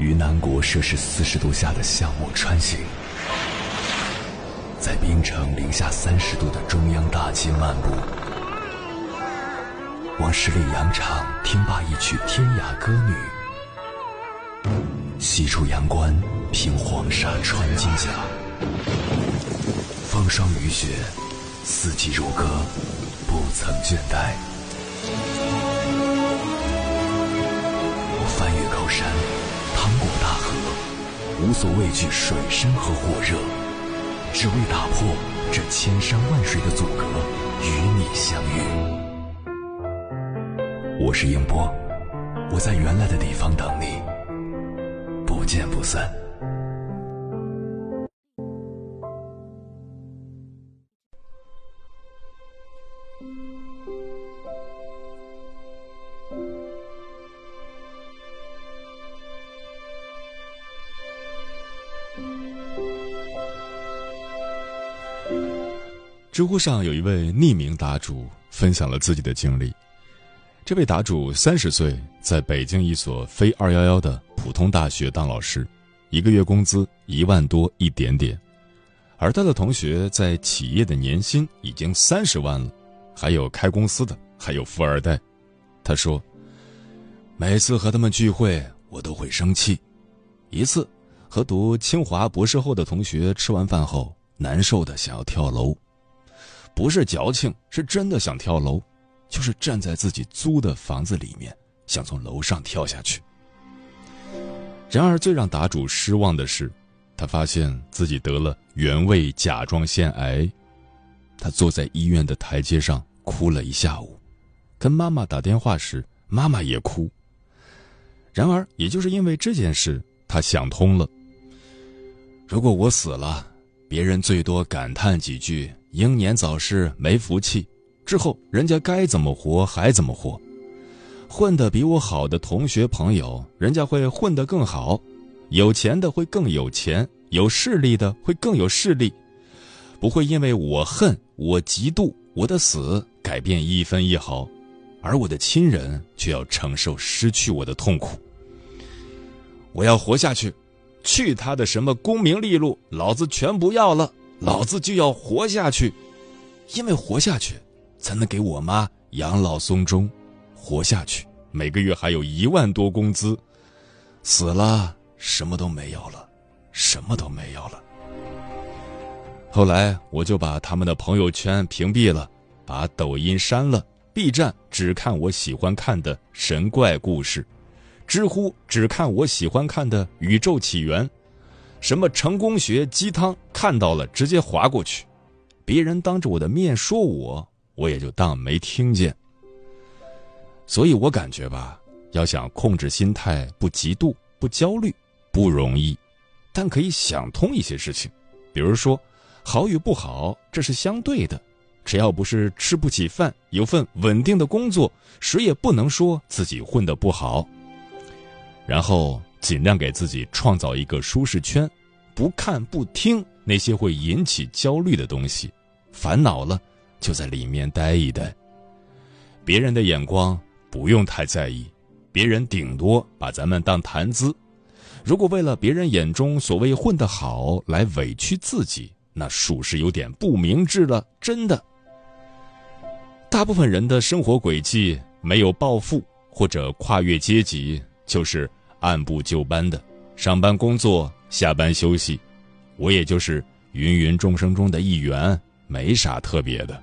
于南国摄氏40度下的项目穿行，在冰城零下30度的中央大街漫步，往十里洋场听罢一曲天涯歌女，西出阳关凭黄沙穿金甲，风霜雨雪，四季如歌，不曾倦怠。我翻越高山，趟过大河，无所畏惧水深和火热，只为打破这千山万水的阻隔，与你相遇。我是英波，我在原来的地方等你，不见不散。 知乎上有一位匿名答主分享了自己的经历。这位答主30岁，在北京一所非211的普通大学当老师，1个月工资1万多一点点，而他的同学在企业的年薪已经30万了，还有开公司的，还有富二代。他说，每次和他们聚会我都会生气，一次和读清华博士后的同学吃完饭后，难受的想要跳楼，不是矫情，是真的想跳楼，就是站在自己租的房子里面，想从楼上跳下去。然而最让答主失望的是，他发现自己得了原位甲状腺癌。他坐在医院的台阶上哭了一下午，跟妈妈打电话时，妈妈也哭。然而也就是因为这件事，他想通了，如果我死了，别人最多感叹几句英年早逝没福气，之后人家该怎么活还怎么活。混得比我好的同学朋友，人家会混得更好，有钱的会更有钱，有势力的会更有势力，不会因为我恨，我嫉妒，我的死改变一分一毫，而我的亲人却要承受失去我的痛苦。我要活下去，去他的什么功名利禄，老子全不要了，老子就要活下去，因为活下去才能给我妈养老送终，活下去每个月还有1万多工资，死了什么都没有了，什么都没有了。后来我就把他们的朋友圈屏蔽了，把抖音删了， B 站只看我喜欢看的神怪故事，知乎只看我喜欢看的宇宙起源，什么成功学鸡汤看到了直接划过去，别人当着我的面说我也就当没听见。所以我感觉吧，要想控制心态，不嫉妒不焦虑不容易，但可以想通一些事情。比如说好与不好，这是相对的，只要不是吃不起饭，有份稳定的工作，谁也不能说自己混得不好。然后尽量给自己创造一个舒适圈，不看不听那些会引起焦虑的东西，烦恼了就在里面待一待。别人的眼光不用太在意，别人顶多把咱们当谈资。如果为了别人眼中所谓混得好来委屈自己，那属实有点不明智了，真的。大部分人的生活轨迹没有暴富或者跨越阶级，就是按部就班的上班工作，下班休息。我也就是芸芸众生中的一员，没啥特别的。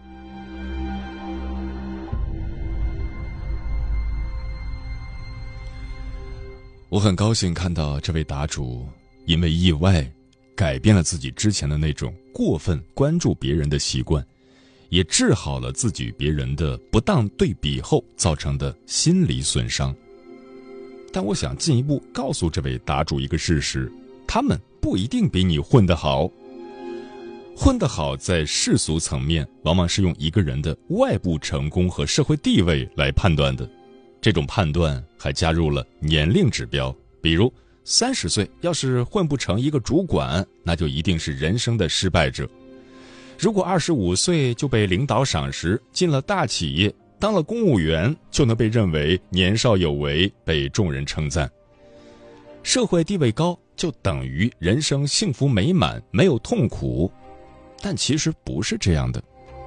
我很高兴看到这位答主因为意外改变了自己之前的那种过分关注别人的习惯，也治好了自己与别人的不当对比后造成的心理损伤。但我想进一步告诉这位答主一个事实，他们不一定比你混得好。混得好在世俗层面往往是用一个人的外部成功和社会地位来判断的，这种判断还加入了年龄指标，比如30岁要是混不成一个主管，那就一定是人生的失败者。如果25岁就被领导赏识，进了大企业，当了公务员，就能被认为年少有为，被众人称赞。 社会地位高就等于人生幸福美满，没有痛苦，但其实不是这样的。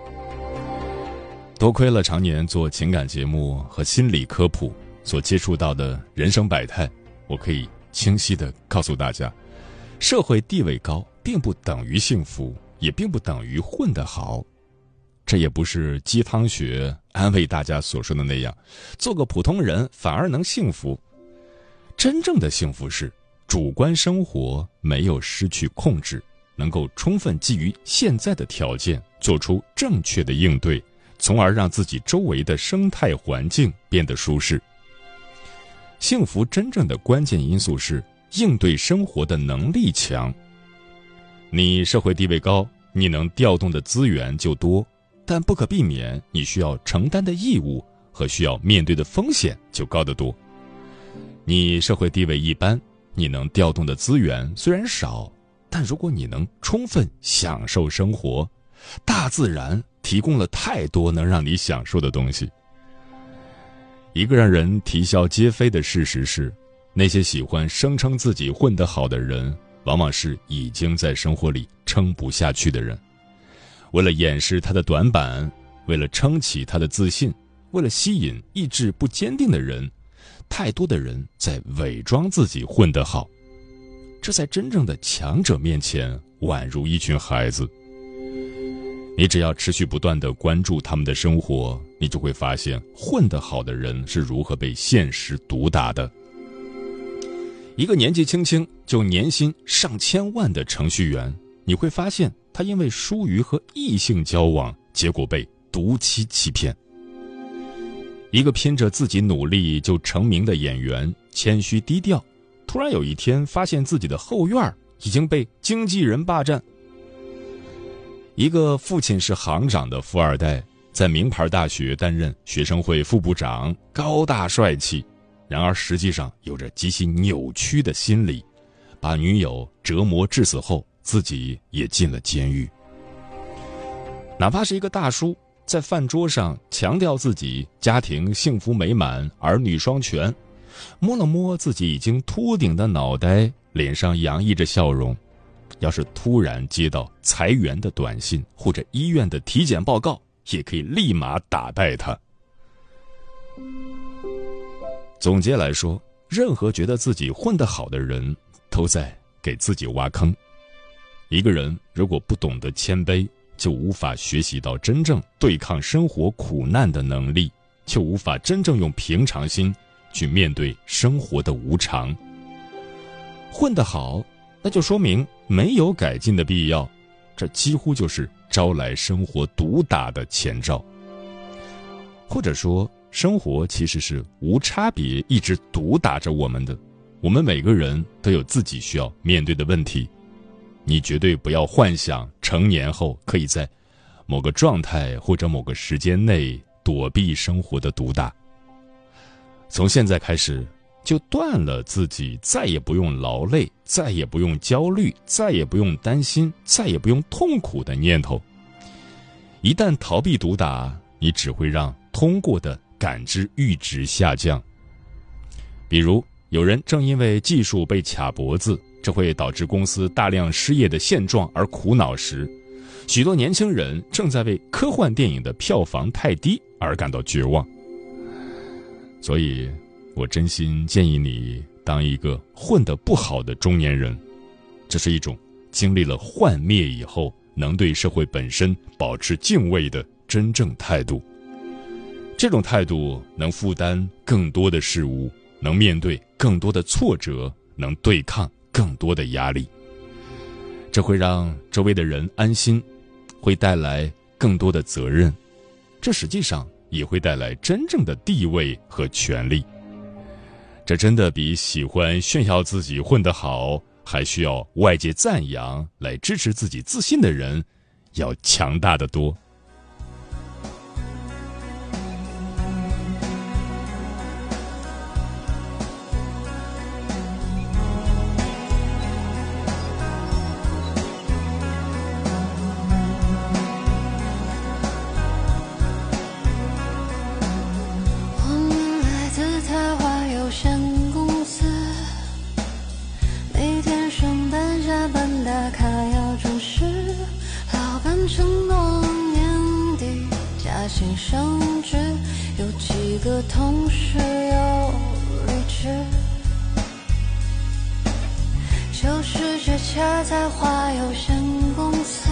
多亏了常年做情感节目和心理科普所接触到的人生百态，我可以清晰地告诉大家，社会地位高并不等于幸福，也并不等于混得好。这也不是鸡汤学安慰大家所说的那样，做个普通人反而能幸福。真正的幸福是主观生活没有失去控制，能够充分基于现在的条件做出正确的应对，从而让自己周围的生态环境变得舒适。幸福真正的关键因素是应对生活的能力强。你社会地位高，你能调动的资源就多，但不可避免你需要承担的义务和需要面对的风险就高得多。你社会地位一般，你能调动的资源虽然少，但如果你能充分享受生活，大自然提供了太多能让你享受的东西。一个让人啼笑皆非的事实是，那些喜欢声称自己混得好的人，往往是已经在生活里撑不下去的人。为了掩饰他的短板，为了撑起他的自信，为了吸引意志不坚定的人，太多的人在伪装自己混得好，这在真正的强者面前宛如一群孩子。你只要持续不断地关注他们的生活，你就会发现混得好的人是如何被现实毒打的。一个年纪轻轻就年薪上千万的程序员，你会发现他因为疏于和异性交往，结果被毒妻欺骗。一个拼着自己努力就成名的演员，谦虚低调，突然有一天发现自己的后院已经被经纪人霸占。一个父亲是行长的富二代，在名牌大学担任学生会副部长，高大帅气，然而实际上有着极其扭曲的心理，把女友折磨致死后，自己也进了监狱。哪怕是一个大叔，在饭桌上强调自己家庭幸福美满，儿女双全，摸了摸自己已经秃顶的脑袋，脸上洋溢着笑容。要是突然接到裁员的短信或者医院的体检报告，也可以立马打败他。总结来说，任何觉得自己混得好的人都在给自己挖坑。一个人如果不懂得谦卑，就无法学习到真正对抗生活苦难的能力，就无法真正用平常心去面对生活的无常。混得好，那就说明没有改进的必要，这几乎就是招来生活毒打的前兆。或者说，生活其实是无差别一直毒打着我们的，我们每个人都有自己需要面对的问题。你绝对不要幻想成年后可以在某个状态或者某个时间内躲避生活的毒打。从现在开始，就断了自己再也不用劳累，再也不用焦虑，再也不用担心，再也不用痛苦的念头。一旦逃避毒打，你只会让通过的感知阈值下降。比如，有人正因为技术被卡脖子，这会导致公司大量失业的现状而苦恼时，许多年轻人正在为科幻电影的票房太低而感到绝望。所以我真心建议你当一个混得不好的中年人，这是一种经历了幻灭以后能对社会本身保持敬畏的真正态度。这种态度能负担更多的事物，能面对更多的挫折，能对抗更多的压力。这会让周围的人安心，会带来更多的责任，这实际上也会带来真正的地位和权利。这真的比喜欢炫耀自己混得好，还需要外界赞扬来支持自己自信的人要强大得多。 心相知，有几个同事又离职，就是这家在华有限公司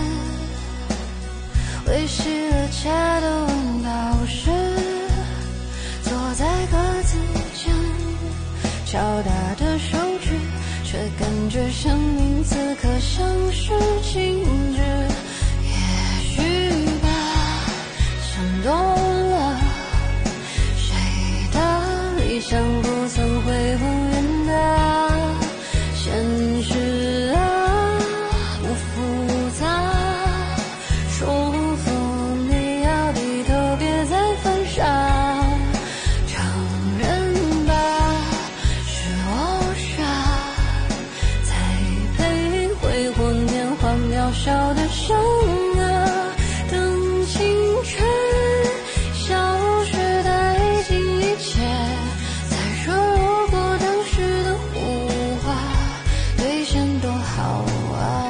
维系了家的文导师，坐在格子间敲打的手指，却感觉生命此刻像是静止。也许吧，想多了，谁的理想不曾会不远的？现实啊，不复杂，说服你要低头，别再犯傻。承认吧，是我傻，才配挥霍年华渺小的生啊。等青春消失殆尽一切，再说如果当时的胡话兑现多好啊。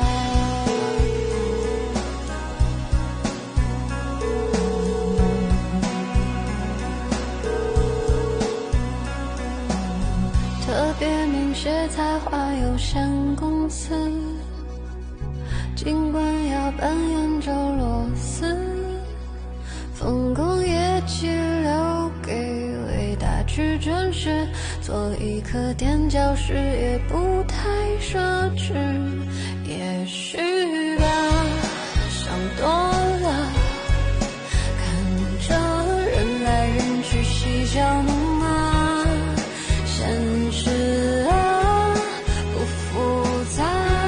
特别明写在华有限公司，尽管要扮演着螺丝，丰功业绩留给伟大去证实，做一颗垫脚石也不太奢侈。也许吧，想多了，看着人来人去嬉笑怒骂，现实啊不复杂，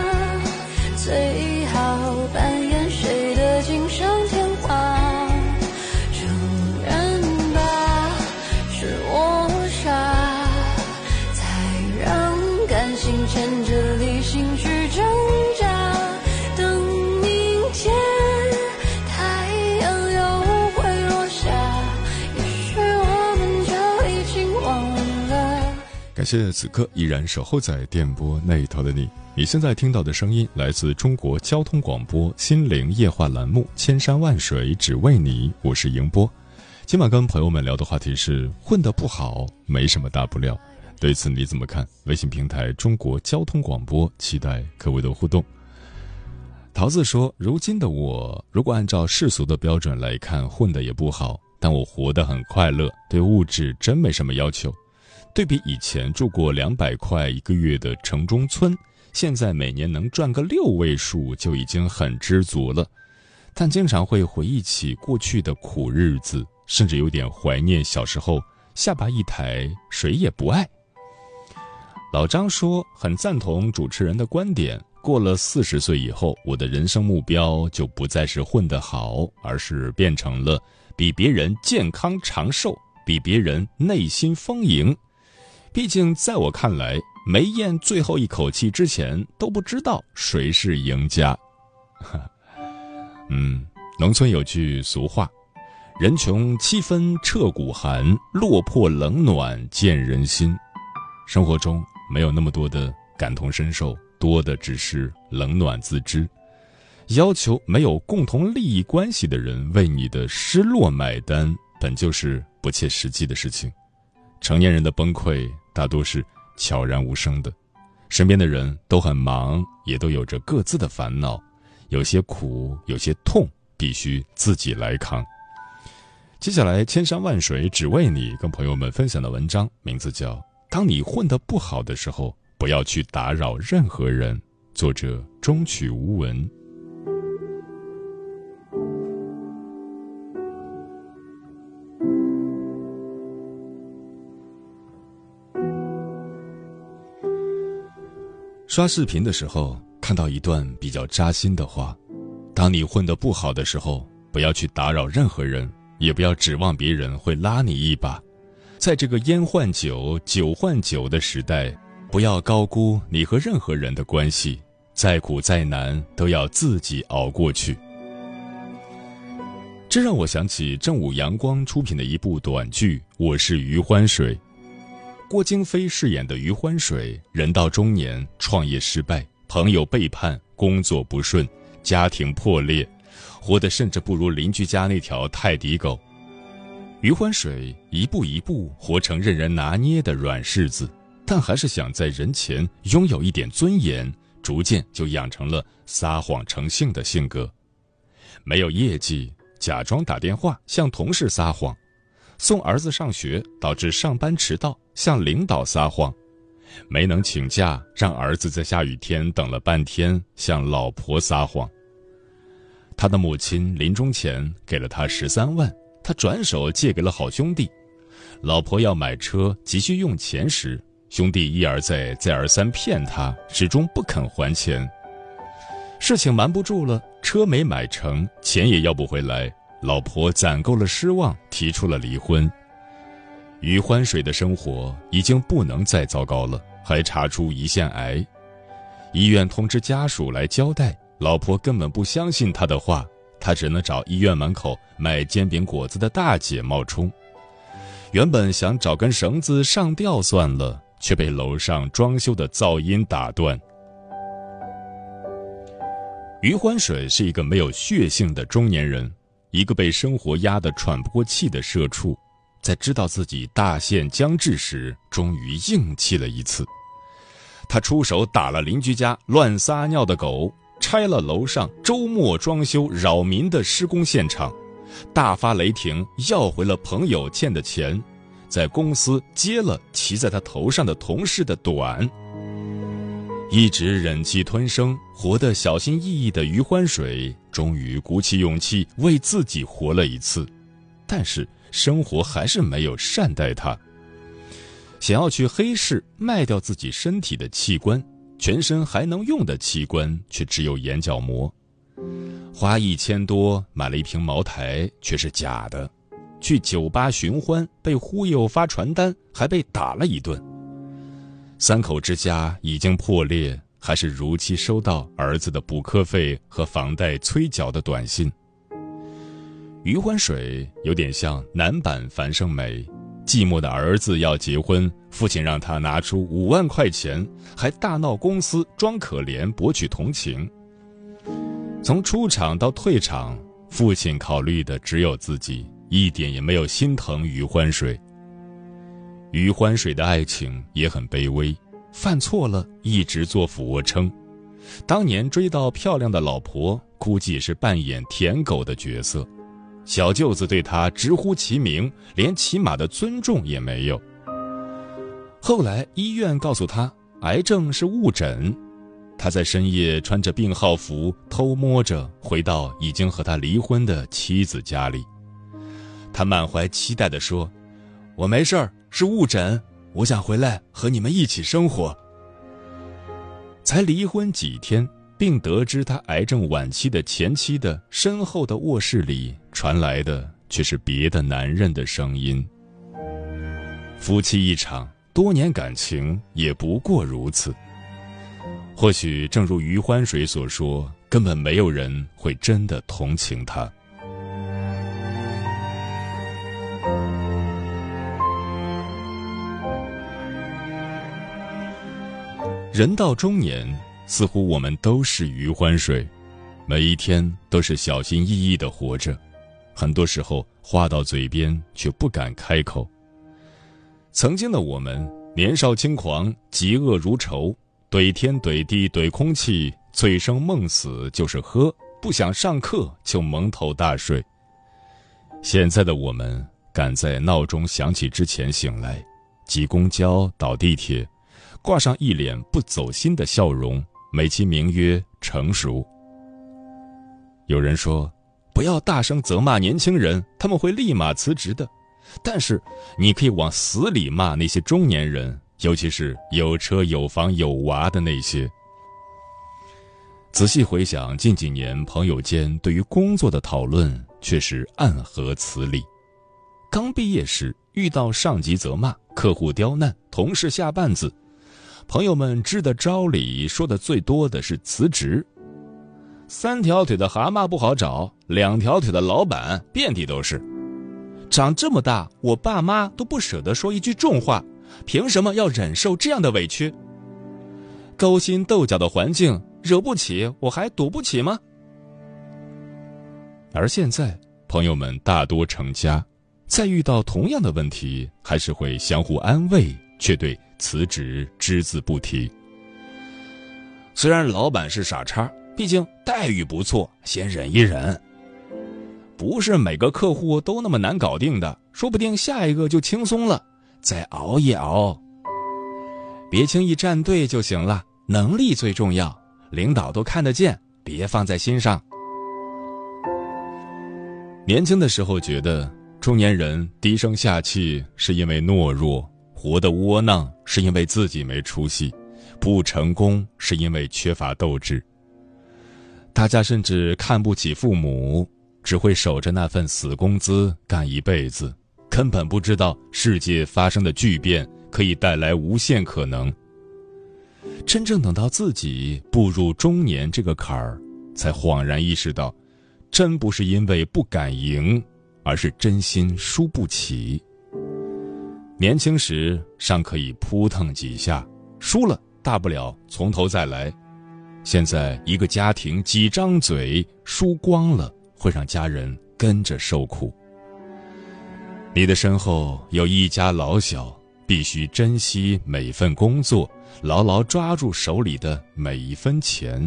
最好扮演谁的锦上添花。承认吧，是我傻，才让感性牵着理性去挣扎。等明天太阳又会落下，也许我们就已经忘了。 感谢此刻依然守候在电波那头的你。你现在听到的声音来自中国交通广播心灵夜话栏目《千山万水只为你》，我是迎波。今晚跟朋友们聊的话题是混得不好没什么大不了，对此你怎么看？微信平台中国交通广播，期待各位的互动。桃子说，如今的我如果按照世俗的标准来看，混得也不好，但我活得很快乐，对物质真没什么要求。对比以前住过200块1个月的城中村，现在每年能赚个6位数就已经很知足了，但经常会回忆起过去的苦日子，甚至有点怀念小时候下巴一抬谁也不爱。老张说，很赞同主持人的观点，过了40岁以后，我的人生目标就不再是混得好，而是变成了比别人健康长寿，比别人内心丰盈。毕竟在我看来，没咽最后一口气之前都不知道谁是赢家。农村有句俗话，人穷七分彻骨寒，落魄冷暖见人心。生活中没有那么多的感同身受，多的只是冷暖自知。要求没有共同利益关系的人为你的失落买单，本就是不切实际的事情。成年人的崩溃大多是悄然无声的，身边的人都很忙，也都有着各自的烦恼，有些苦，有些痛，必须自己来扛。接下来千山万水只为你跟朋友们分享的文章名字叫《当你混得不好的时候，不要去打扰任何人》，作者中曲无闻。刷视频的时候看到一段比较扎心的话，当你混得不好的时候，不要去打扰任何人，也不要指望别人会拉你一把。在这个烟换酒酒换酒的时代，不要高估你和任何人的关系，再苦再难都要自己熬过去。这让我想起正午阳光出品的一部短剧《我是余欢水》。郭京飞饰演的余欢水，人到中年，创业失败，朋友背叛，工作不顺，家庭破裂，活得甚至不如邻居家那条泰迪狗， 余欢水一步一步活成任人拿捏的软柿子，但还是想在人前拥有一点尊严，逐渐就养成了撒谎成性的性格。没有业绩，假装打电话向同事撒谎；送儿子上学导致上班迟到，向领导撒谎；没能请假，让儿子在下雨天等了半天，向老婆撒谎。他的母亲临终前给了他13万，他转手借给了好兄弟。老婆要买车急需用钱时，兄弟一而再再而三骗他，始终不肯还钱。事情瞒不住了，车没买成，钱也要不回来，老婆攒够了失望，提出了离婚。余欢水的生活已经不能再糟糕了，还查出胰腺癌。医院通知家属来交代，老婆根本不相信他的话，他只能找医院门口卖煎饼果子的大姐冒充。原本想找根绳子上吊算了，却被楼上装修的噪音打断。余欢水是一个没有血性的中年人，一个被生活压得喘不过气的社畜，在知道自己大限将至时，终于硬气了一次。他出手打了邻居家乱撒尿的狗，拆了楼上周末装修扰民的施工现场，大发雷霆要回了朋友欠的钱，在公司接了骑在他头上的同事的短。一直忍气吞声，活得小心翼翼的余欢水，终于鼓起勇气为自己活了一次。但是生活还是没有善待他。想要去黑市卖掉自己身体的器官，全身还能用的器官却只有眼角膜。花1000多买了一瓶茅台，却是假的。去酒吧寻欢，被忽悠发传单，还被打了一顿。3口之家已经破裂，还是如期收到儿子的补课费和房贷催缴的短信。余欢水有点像男版樊胜美，寂寞的儿子要结婚，父亲让他拿出5万块钱，还大闹公司装可怜博取同情。从出场到退场，父亲考虑的只有自己，一点也没有心疼余欢水。余欢水的爱情也很卑微，犯错了一直做俯卧撑。当年追到漂亮的老婆，估计是扮演舔狗的角色。小舅子对他直呼其名，连起码的尊重也没有。后来医院告诉他癌症是误诊，他在深夜穿着病号服偷摸着回到已经和他离婚的妻子家里。他满怀期待地说，我没事儿，是误诊，我想回来和你们一起生活。才离婚几天，并得知他癌症晚期的前妻的身后的卧室里传来的却是别的男人的声音。夫妻一场，多年感情也不过如此。或许正如余欢水所说，根本没有人会真的同情他。人到中年，似乎我们都是余欢水，每一天都是小心翼翼地活着，很多时候话到嘴边却不敢开口。曾经的我们年少轻狂，嫉恶如仇，怼天怼地怼空气，醉生梦死就是喝，不想上课就蒙头大睡。现在的我们赶在闹钟响起之前醒来，挤公交倒地铁，挂上一脸不走心的笑容，美其名曰成熟。有人说，不要大声责骂年轻人，他们会立马辞职的。但是你可以往死里骂那些中年人，尤其是有车有房有娃的那些。仔细回想近几年朋友间对于工作的讨论，却是暗合此理。刚毕业时遇到上级责骂，客户刁难，同事下绊子，朋友们支的招里说的最多的是辞职。3条腿的蛤蟆不好找，2条腿的老板遍地都是。长这么大，我爸妈都不舍得说一句重话，凭什么要忍受这样的委屈？勾心斗角的环境，惹不起我还赌不起吗？而现在朋友们大多成家， 再遇到同样的问题，还是会相互安慰，却对辞职只字不提。虽然老板是傻叉，毕竟待遇不错，先忍一忍。不是每个客户都那么难搞定的，说不定下一个就轻松了，再熬一熬。别轻易站队就行了，能力最重要，领导都看得见，别放在心上。年轻的时候觉得中年人低声下气是因为懦弱，活得窝囊是因为自己没出息，不成功是因为缺乏斗志。大家甚至看不起父母，只会守着那份死工资干一辈子，根本不知道世界发生的巨变可以带来无限可能。真正等到自己步入中年这个坎儿，才恍然意识到，真不是因为不敢赢，而是真心输不起。年轻时尚可以扑腾几下，输了大不了从头再来。现在一个家庭几张嘴，输光了会让家人跟着受苦。你的身后有一家老小，必须珍惜每份工作，牢牢抓住手里的每一分钱。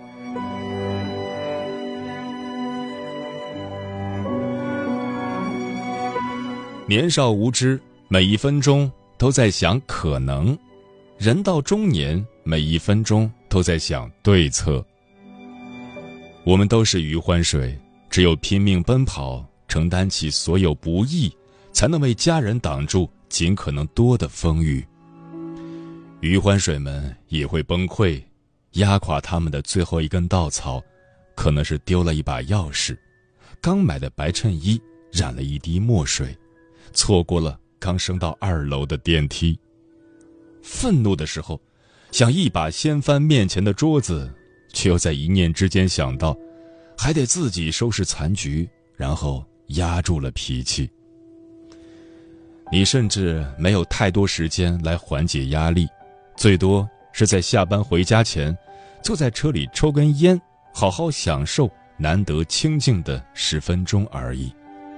年少无知，每一分钟都在想可能；人到中年，每一分钟都在想对策。我们都是余欢水，只有拼命奔跑，承担起所有不易，才能为家人挡住尽可能多的风雨。余欢水们也会崩溃，压垮他们的最后一根稻草，可能是丢了一把钥匙，刚买的白衬衣染了一滴墨水，错过了刚升到2楼的电梯。愤怒的时候，想一把掀翻面前的桌子，却又在一念之间想到，还得自己收拾残局，然后压住了脾气。你甚至没有太多时间来缓解压力，最多是在下班回家前，坐在车里抽根烟，好好享受难得清静的10分钟而已。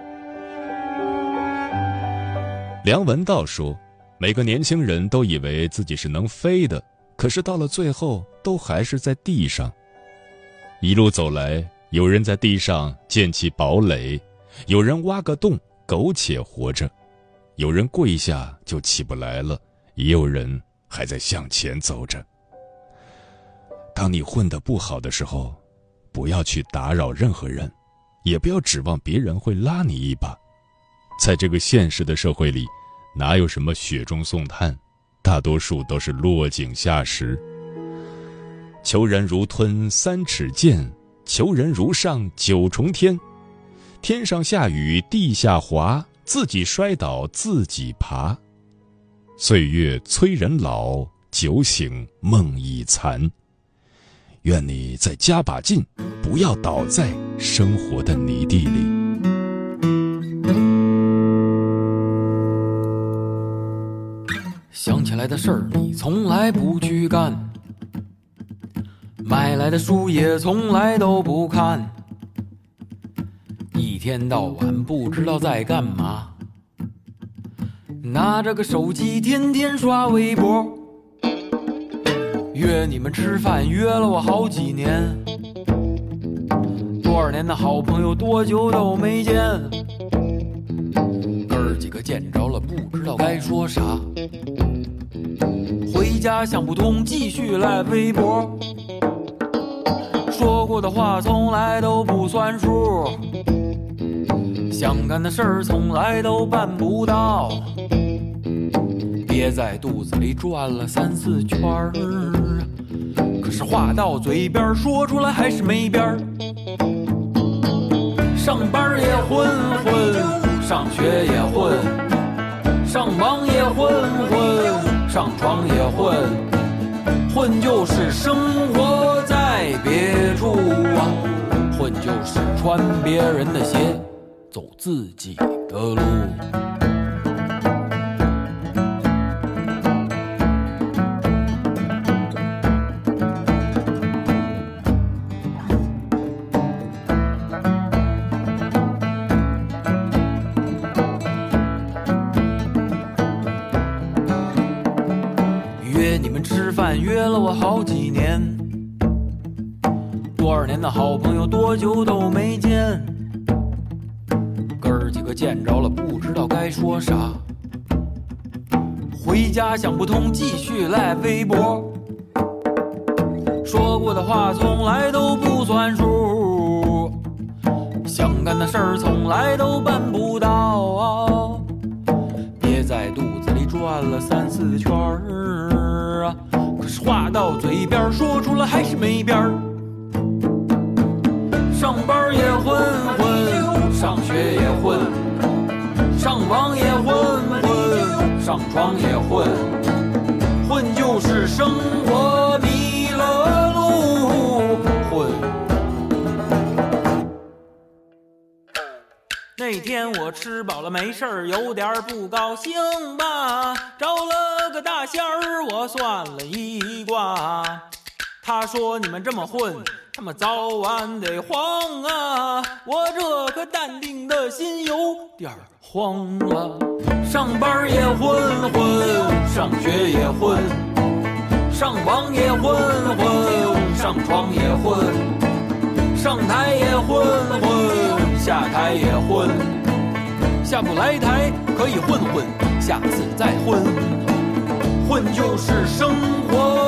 梁文道说，每个年轻人都以为自己是能飞的，可是到了最后都还是在地上。一路走来，有人在地上建起堡垒，有人挖个洞苟且活着，有人跪下就起不来了，也有人还在向前走着。当你混得不好的时候，不要去打扰任何人，也不要指望别人会拉你一把。在这个现实的社会里，哪有什么雪中送炭，大多数都是落井下石。求人如吞3尺剑，求人如上9重天。天上下雨地下滑，自己摔倒自己爬。岁月催人老，酒醒梦已残。愿你再加把劲，不要倒在生活的泥地里。 想起来的事儿你从来不去干，买来的书也从来都不看，一天到晚不知道在干嘛，拿着个手机天天刷微博，约你们吃饭约了我好几年，多少年的好朋友多久都没见，哥儿几个见着了不知道该说啥，回家想不通继续来微博，说过的话从来都不算数，想干的事儿从来都办不到，憋在肚子里转了3、4圈儿，可是话到嘴边说出来还是没边儿。上班也混混，上学也混，上网也混混，上床也混，混就是生活在别处啊，混就是穿别人的鞋，走自己的路。 饭约了我好几年，多少年的好朋友多久都没见，哥儿几个见着了不知道该说啥，回家想不通继续来微博，说过的话从来都不算数，想干的事儿从来都办不到，憋在肚子里转了3、4圈啊，可是话到嘴边说出来还是没边儿。上班也混混，上学也混，上网也混混，上床也混，混就是生活，迷了路混。那天我吃饱了没事儿，有点不高兴吧，找了个大仙儿，我算了一卦。他说你们这么混，他们早晚得黄啊！我这颗淡定的心有点慌了。上班也混混，上学也混，上网也混混，上床也混，上台也混混，下台也混，下不来台可以混混，下次再混，混就是生活。